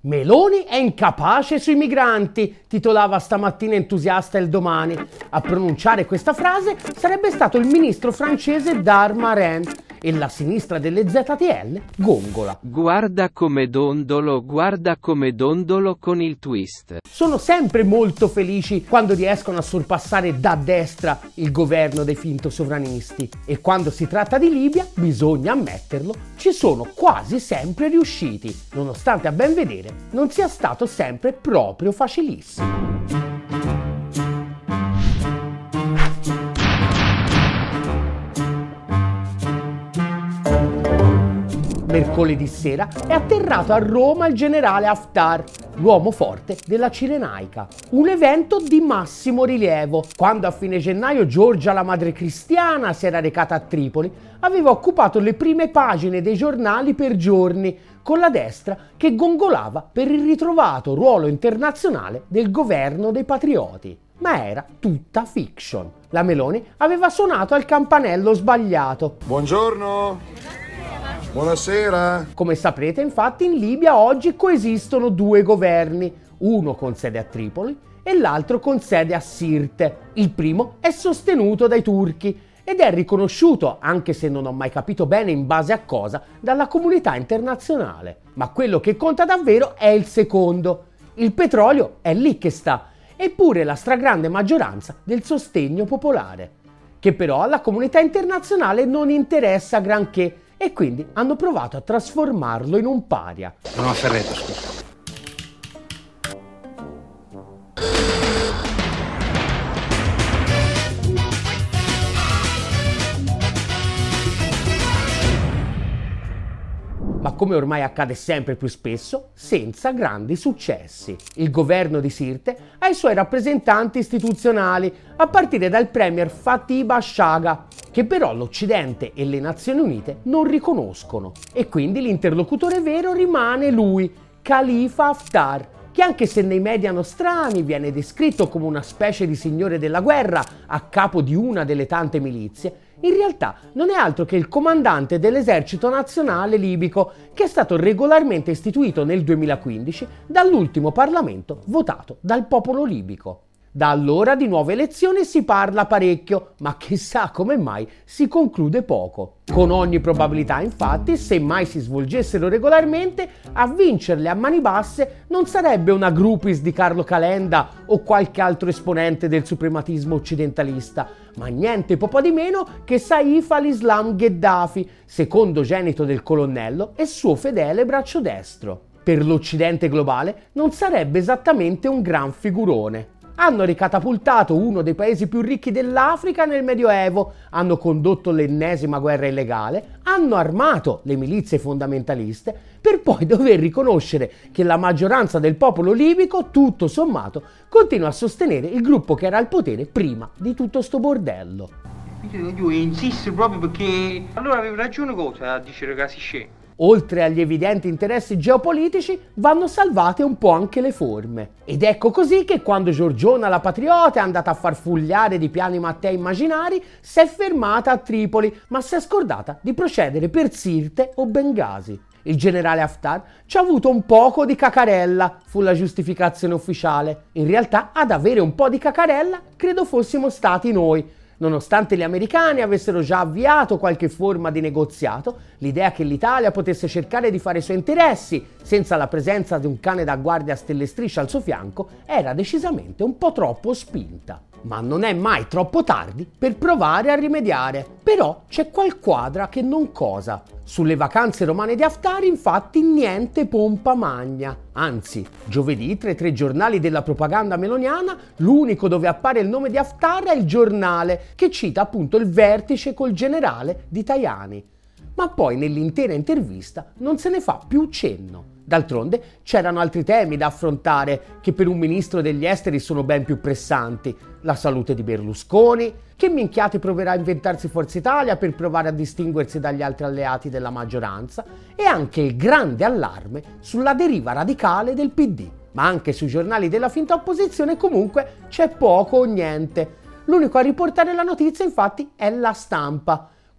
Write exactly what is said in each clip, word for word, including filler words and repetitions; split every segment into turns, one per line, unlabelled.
Meloni è incapace sui migranti, titolava stamattina entusiasta Il Domani. A pronunciare questa frase sarebbe stato il ministro francese Darmanin e la sinistra delle Z T L gongola.
Guarda come dondolo, guarda come dondolo con il twist.
Sono sempre molto felici quando riescono a sorpassare da destra il governo dei finto sovranisti e quando si tratta di Libia, bisogna ammetterlo, ci sono quasi sempre riusciti, nonostante a ben vedere non sia stato sempre proprio facilissimo. Mercoledì sera è atterrato a Roma il generale Haftar, l'uomo forte della Cirenaica. Un evento di massimo rilievo. Quando a fine gennaio Giorgia la madre cristiana si era recata a Tripoli, aveva occupato le prime pagine dei giornali per giorni, con la destra che gongolava per il ritrovato ruolo internazionale del governo dei patrioti. Ma era tutta fiction. La Meloni aveva suonato al campanello sbagliato.
Buongiorno! Buonasera!
Come saprete, infatti, in Libia oggi coesistono due governi, uno con sede a Tripoli e l'altro con sede a Sirte. Il primo è sostenuto dai turchi ed è riconosciuto, anche se non ho mai capito bene in base a cosa, dalla comunità internazionale. Ma quello che conta davvero è il secondo. Il petrolio è lì che sta, eppure la stragrande maggioranza del sostegno popolare, che però alla comunità internazionale non interessa granché, e quindi hanno provato a trasformarlo in un paria.
No, a Ferretto, scusa.
Ma come ormai accade sempre più spesso, senza grandi successi. Il governo di Sirte ha i suoi rappresentanti istituzionali, a partire dal premier Fatih Bashaga, che però l'Occidente e le Nazioni Unite non riconoscono. E quindi l'interlocutore vero rimane lui, Khalifa Haftar, che anche se nei media nostrani viene descritto come una specie di signore della guerra a capo di una delle tante milizie, in realtà non è altro che il comandante dell'esercito nazionale libico, che è stato regolarmente istituito nel duemilaquindici dall'ultimo parlamento votato dal popolo libico. Da allora di nuove elezioni si parla parecchio, ma chissà come mai si conclude poco. Con ogni probabilità, infatti, se mai si svolgessero regolarmente, a vincerle a mani basse non sarebbe una groupies di Carlo Calenda o qualche altro esponente del suprematismo occidentalista, ma niente po' di meno che Saif al-Islam Gheddafi, secondogenito del colonnello e suo fedele braccio destro. Per l'Occidente globale non sarebbe esattamente un gran figurone. Hanno ricatapultato uno dei paesi più ricchi dell'Africa nel Medioevo, hanno condotto l'ennesima guerra illegale, hanno armato le milizie fondamentaliste, per poi dover riconoscere che la maggioranza del popolo libico, tutto sommato, continua a sostenere il gruppo che era al potere prima di tutto sto bordello.
Io insisto proprio perché allora avevo ragione cosa a dire che si scende.
Oltre agli evidenti interessi geopolitici, vanno salvate un po' anche le forme. Ed ecco così che quando Giorgiona la patriota è andata a farfugliare di piani Mattei immaginari, si è fermata a Tripoli, ma si è scordata di procedere per Sirte o Bengasi. Il generale Haftar ci ha avuto un poco di cacarella, fu la giustificazione ufficiale. In realtà, ad avere un po' di cacarella, credo fossimo stati noi. Nonostante gli americani avessero già avviato qualche forma di negoziato, l'idea che l'Italia potesse cercare di fare i suoi interessi senza la presenza di un cane da guardia a stelle e strisce al suo fianco era decisamente un po' troppo spinta. Ma non è mai troppo tardi per provare a rimediare. Però c'è qualquadra che non cosa. Sulle vacanze romane di Haftar, infatti, niente pompa magna. Anzi, giovedì, tra i tre giornali della propaganda meloniana, l'unico dove appare il nome di Haftar è Il Giornale, che cita appunto il vertice col generale di Tajani. Ma poi nell'intera intervista non se ne fa più cenno. D'altronde c'erano altri temi da affrontare che per un ministro degli esteri sono ben più pressanti. La salute di Berlusconi, che minchiate proverà a inventarsi Forza Italia per provare a distinguersi dagli altri alleati della maggioranza, e anche il grande allarme sulla deriva radicale del P D. Ma anche sui giornali della finta opposizione comunque c'è poco o niente. L'unico a riportare la notizia infatti è La Stampa,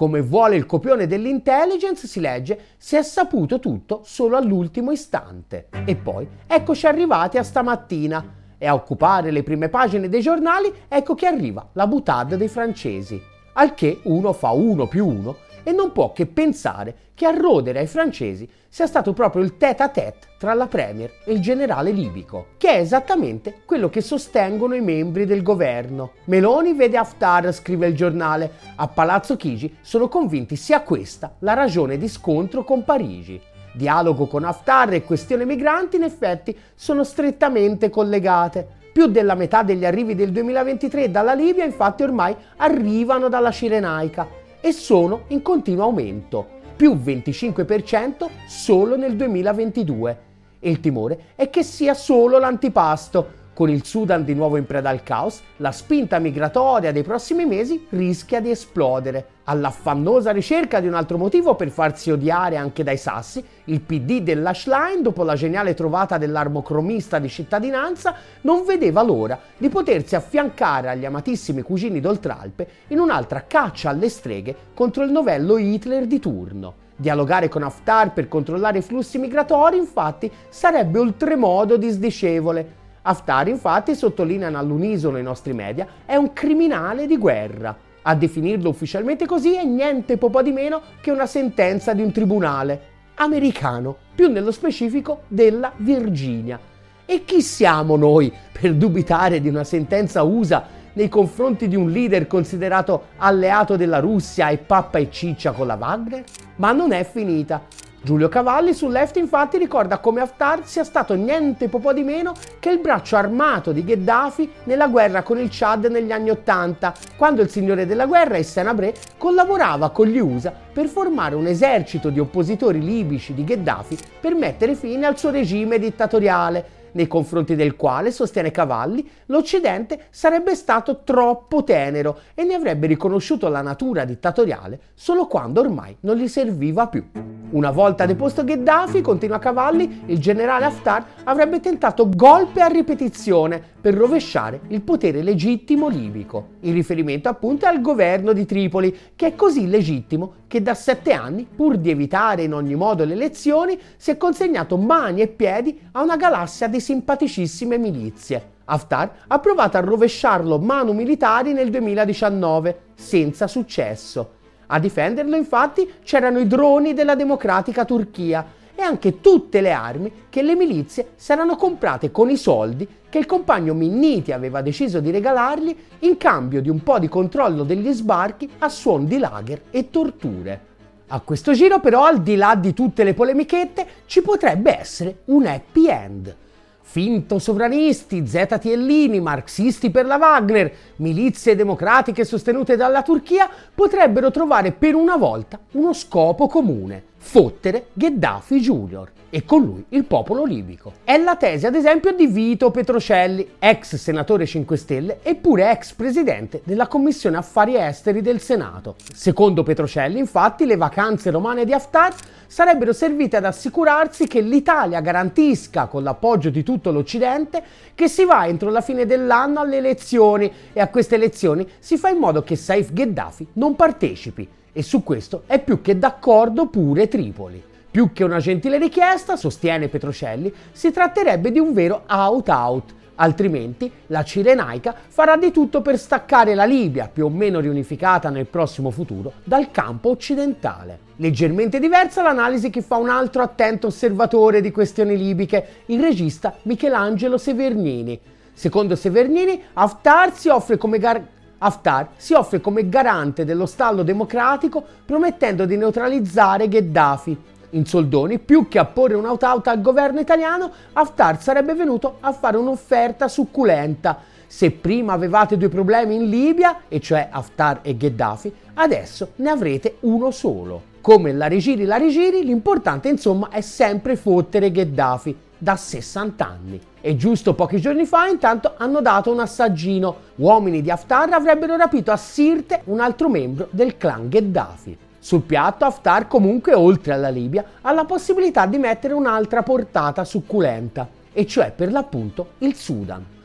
Come vuole il copione dell'intelligence, si legge, si è saputo tutto solo all'ultimo istante. E poi eccoci arrivati a stamattina. E a occupare le prime pagine dei giornali ecco che arriva la boutade dei francesi. Al che uno fa uno più uno e non può che pensare che a rodere ai francesi sia stato proprio il tête-à-tête tra la premier e il generale libico, che è esattamente quello che sostengono i membri del governo. Meloni vede Haftar, scrive il giornale, a Palazzo Chigi sono convinti sia questa la ragione di scontro con Parigi. Dialogo con Haftar e questione migranti in effetti sono strettamente collegate. Più della metà degli arrivi del duemilaventitré dalla Libia infatti ormai arrivano dalla Cirenaica e sono in continuo aumento, più venticinque per cento solo nel duemilaventidue. E il timore è che sia solo l'antipasto. Con il Sudan di nuovo in preda al caos, la spinta migratoria dei prossimi mesi rischia di esplodere. All'affannosa ricerca di un altro motivo per farsi odiare anche dai sassi, il P D dell'Ashline, dopo la geniale trovata dell'armocromista di cittadinanza, non vedeva l'ora di potersi affiancare agli amatissimi cugini d'Oltralpe in un'altra caccia alle streghe contro il novello Hitler di turno. Dialogare con Haftar per controllare i flussi migratori, infatti, sarebbe oltremodo disdicevole. Haftar, infatti, sottolineano all'unisono i nostri media, è un criminale di guerra. A definirlo ufficialmente così è niente po' di meno che una sentenza di un tribunale americano, più nello specifico della Virginia. E chi siamo noi per dubitare di una sentenza U S A nei confronti di un leader considerato alleato della Russia e pappa e ciccia con la Wagner? Ma non è finita. Giulio Cavalli su Left infatti ricorda come Haftar sia stato niente po' di meno che il braccio armato di Gheddafi nella guerra con il Chad negli anni Ottanta, quando il signore della guerra, Hissène Habré, collaborava con gli U S A per formare un esercito di oppositori libici di Gheddafi per mettere fine al suo regime dittatoriale, nei confronti del quale, sostiene Cavalli, l'Occidente sarebbe stato troppo tenero e ne avrebbe riconosciuto la natura dittatoriale solo quando ormai non gli serviva più. Una volta deposto Gheddafi, continua Cavalli, il generale Haftar avrebbe tentato golpe a ripetizione per rovesciare il potere legittimo libico. Il riferimento appunto è al governo di Tripoli, che è così legittimo che da sette anni, pur di evitare in ogni modo le elezioni, si è consegnato mani e piedi a una galassia di simpaticissime milizie. Haftar ha provato a rovesciarlo manu militari nel duemiladiciannove, senza successo. A difenderlo infatti c'erano i droni della democratica Turchia e anche tutte le armi che le milizie si erano comprate con i soldi che il compagno Minniti aveva deciso di regalargli in cambio di un po' di controllo degli sbarchi a suon di lager e torture. A questo giro però, al di là di tutte le polemichette, ci potrebbe essere un happy end. Finto sovranisti, zetatiellini, marxisti per la Wagner, milizie democratiche sostenute dalla Turchia potrebbero trovare per una volta uno scopo comune: fottere Gheddafi Junior e con lui il popolo libico. È la tesi ad esempio di Vito Petrocelli, ex senatore cinque Stelle eppure ex presidente della Commissione Affari Esteri del Senato. Secondo Petrocelli, infatti, le vacanze romane di Haftar sarebbero servite ad assicurarsi che l'Italia garantisca, con l'appoggio di tutto l'Occidente, che si va entro la fine dell'anno alle elezioni e a queste elezioni si fa in modo che Saif Gheddafi non partecipi. E su questo è più che d'accordo pure Tripoli. Più che una gentile richiesta, sostiene Petrocelli, si tratterebbe di un vero out-out, altrimenti la Cirenaica farà di tutto per staccare la Libia, più o meno riunificata nel prossimo futuro, dal campo occidentale. Leggermente diversa l'analisi che fa un altro attento osservatore di questioni libiche, il regista Michelangelo Severnini. Secondo Severnini, Haftar si offre come gar- Haftar si offre come garante dello stallo democratico, promettendo di neutralizzare Gheddafi. In soldoni, più che a porre un out-out al governo italiano, Haftar sarebbe venuto a fare un'offerta succulenta. Se prima avevate due problemi in Libia, e cioè Haftar e Gheddafi, adesso ne avrete uno solo. Come la rigiri la rigiri, l'importante insomma è sempre fottere Gheddafi, da sessanta anni. E giusto pochi giorni fa intanto hanno dato un assaggino. Uomini di Haftar avrebbero rapito a Sirte un altro membro del clan Gheddafi. Sul piatto Haftar comunque, oltre alla Libia, ha la possibilità di mettere un'altra portata succulenta, e cioè per l'appunto il Sudan.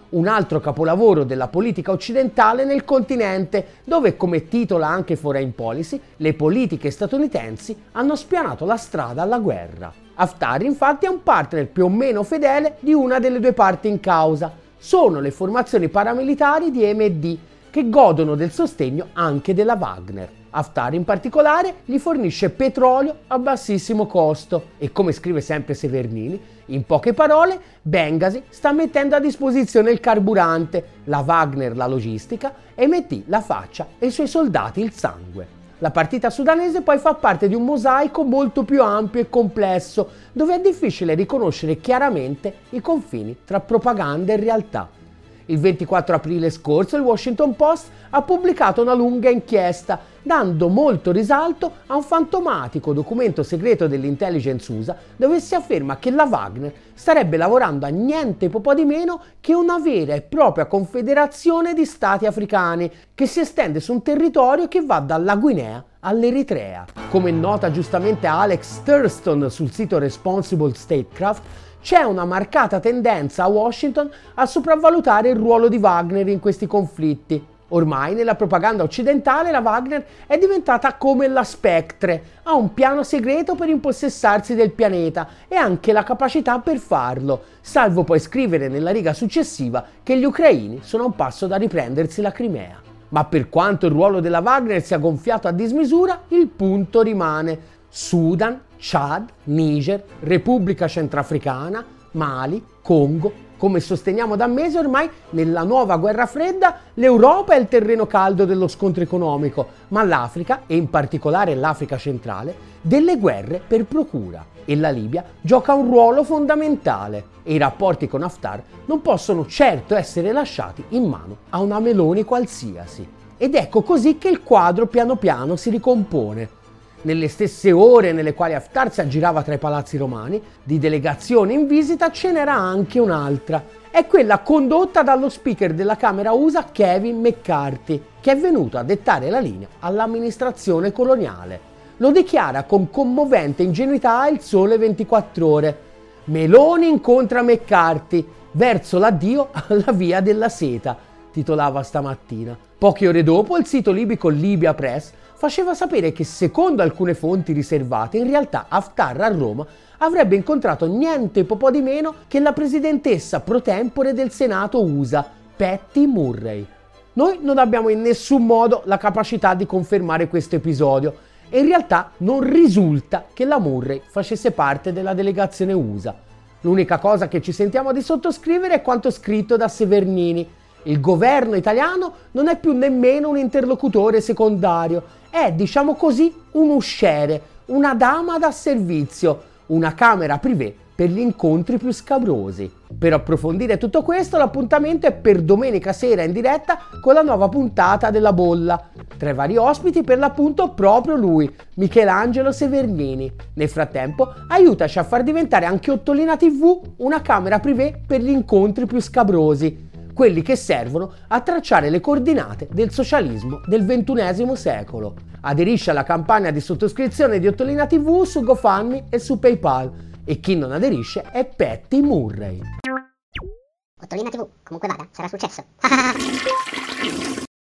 un altro capolavoro della politica occidentale nel continente, dove, come titola anche Foreign Policy, le politiche statunitensi hanno spianato la strada alla guerra. Haftar infatti è un partner più o meno fedele di una delle due parti in causa. Sono le formazioni paramilitari di M D, che godono del sostegno anche della Wagner. Haftar in particolare gli fornisce petrolio a bassissimo costo e, come scrive sempre Severnini, in poche parole, Bengasi sta mettendo a disposizione il carburante, la Wagner la logistica e M D la faccia e i suoi soldati il sangue. La partita sudanese poi fa parte di un mosaico molto più ampio e complesso, dove è difficile riconoscere chiaramente i confini tra propaganda e realtà. Il ventiquattro aprile scorso il Washington Post ha pubblicato una lunga inchiesta, dando molto risalto a un fantomatico documento segreto dell'intelligence U S A dove si afferma che la Wagner starebbe lavorando a niente po' di meno che una vera e propria confederazione di stati africani che si estende su un territorio che va dalla Guinea all'Eritrea. Come nota giustamente Alex Thurston sul sito Responsible Statecraft, c'è una marcata tendenza a Washington a sopravvalutare il ruolo di Wagner in questi conflitti. Ormai nella propaganda occidentale la Wagner è diventata come la Spectre, ha un piano segreto per impossessarsi del pianeta e anche la capacità per farlo, salvo poi scrivere nella riga successiva che gli ucraini sono a un passo da riprendersi la Crimea. Ma per quanto il ruolo della Wagner sia gonfiato a dismisura, il punto rimane: Sudan, Chad, Niger, Repubblica Centrafricana, Mali, Congo. Come sosteniamo da mesi ormai, nella nuova guerra fredda l'Europa è il terreno caldo dello scontro economico, ma l'Africa, e in particolare l'Africa centrale, delle guerre per procura. E la Libia gioca un ruolo fondamentale e i rapporti con Haftar non possono certo essere lasciati in mano a una Meloni qualsiasi. Ed ecco così che il quadro piano piano si ricompone. Nelle stesse ore nelle quali Haftar si aggirava tra i palazzi romani, di delegazione in visita ce n'era anche un'altra. È quella condotta dallo speaker della Camera U S A Kevin McCarthy, che è venuto a dettare la linea all'amministrazione coloniale. Lo dichiara con commovente ingenuità il Sole ventiquattro Ore. Meloni incontra McCarthy verso l'addio alla Via della Seta, titolava stamattina. Poche ore dopo il sito libico Libya Press faceva sapere che, secondo alcune fonti riservate, in realtà Haftar a Roma avrebbe incontrato niente po' di meno che la presidentessa pro tempore del Senato U S A, Patty Murray. Noi non abbiamo in nessun modo la capacità di confermare questo episodio e in realtà non risulta che la Murray facesse parte della delegazione U S A. L'unica cosa che ci sentiamo di sottoscrivere è quanto scritto da Severnini. Il governo italiano non è più nemmeno un interlocutore secondario, è, diciamo così, un usciere, una dama da servizio, una camera privé per gli incontri più scabrosi. Per approfondire tutto questo, l'appuntamento è per domenica sera in diretta con la nuova puntata della Bolla. Tra i vari ospiti, per l'appunto, proprio lui, Michelangelo Severnini. Nel frattempo, aiutaci a far diventare anche Ottolina tivù una camera privé per gli incontri più scabrosi, quelli che servono a tracciare le coordinate del socialismo del ventunesimo secolo. Aderisci alla campagna di sottoscrizione di Ottolina tivù su GoFundMe e su PayPal, e chi non aderisce è Patty Murray.
Ottolina tivù, comunque vada, sarà successo.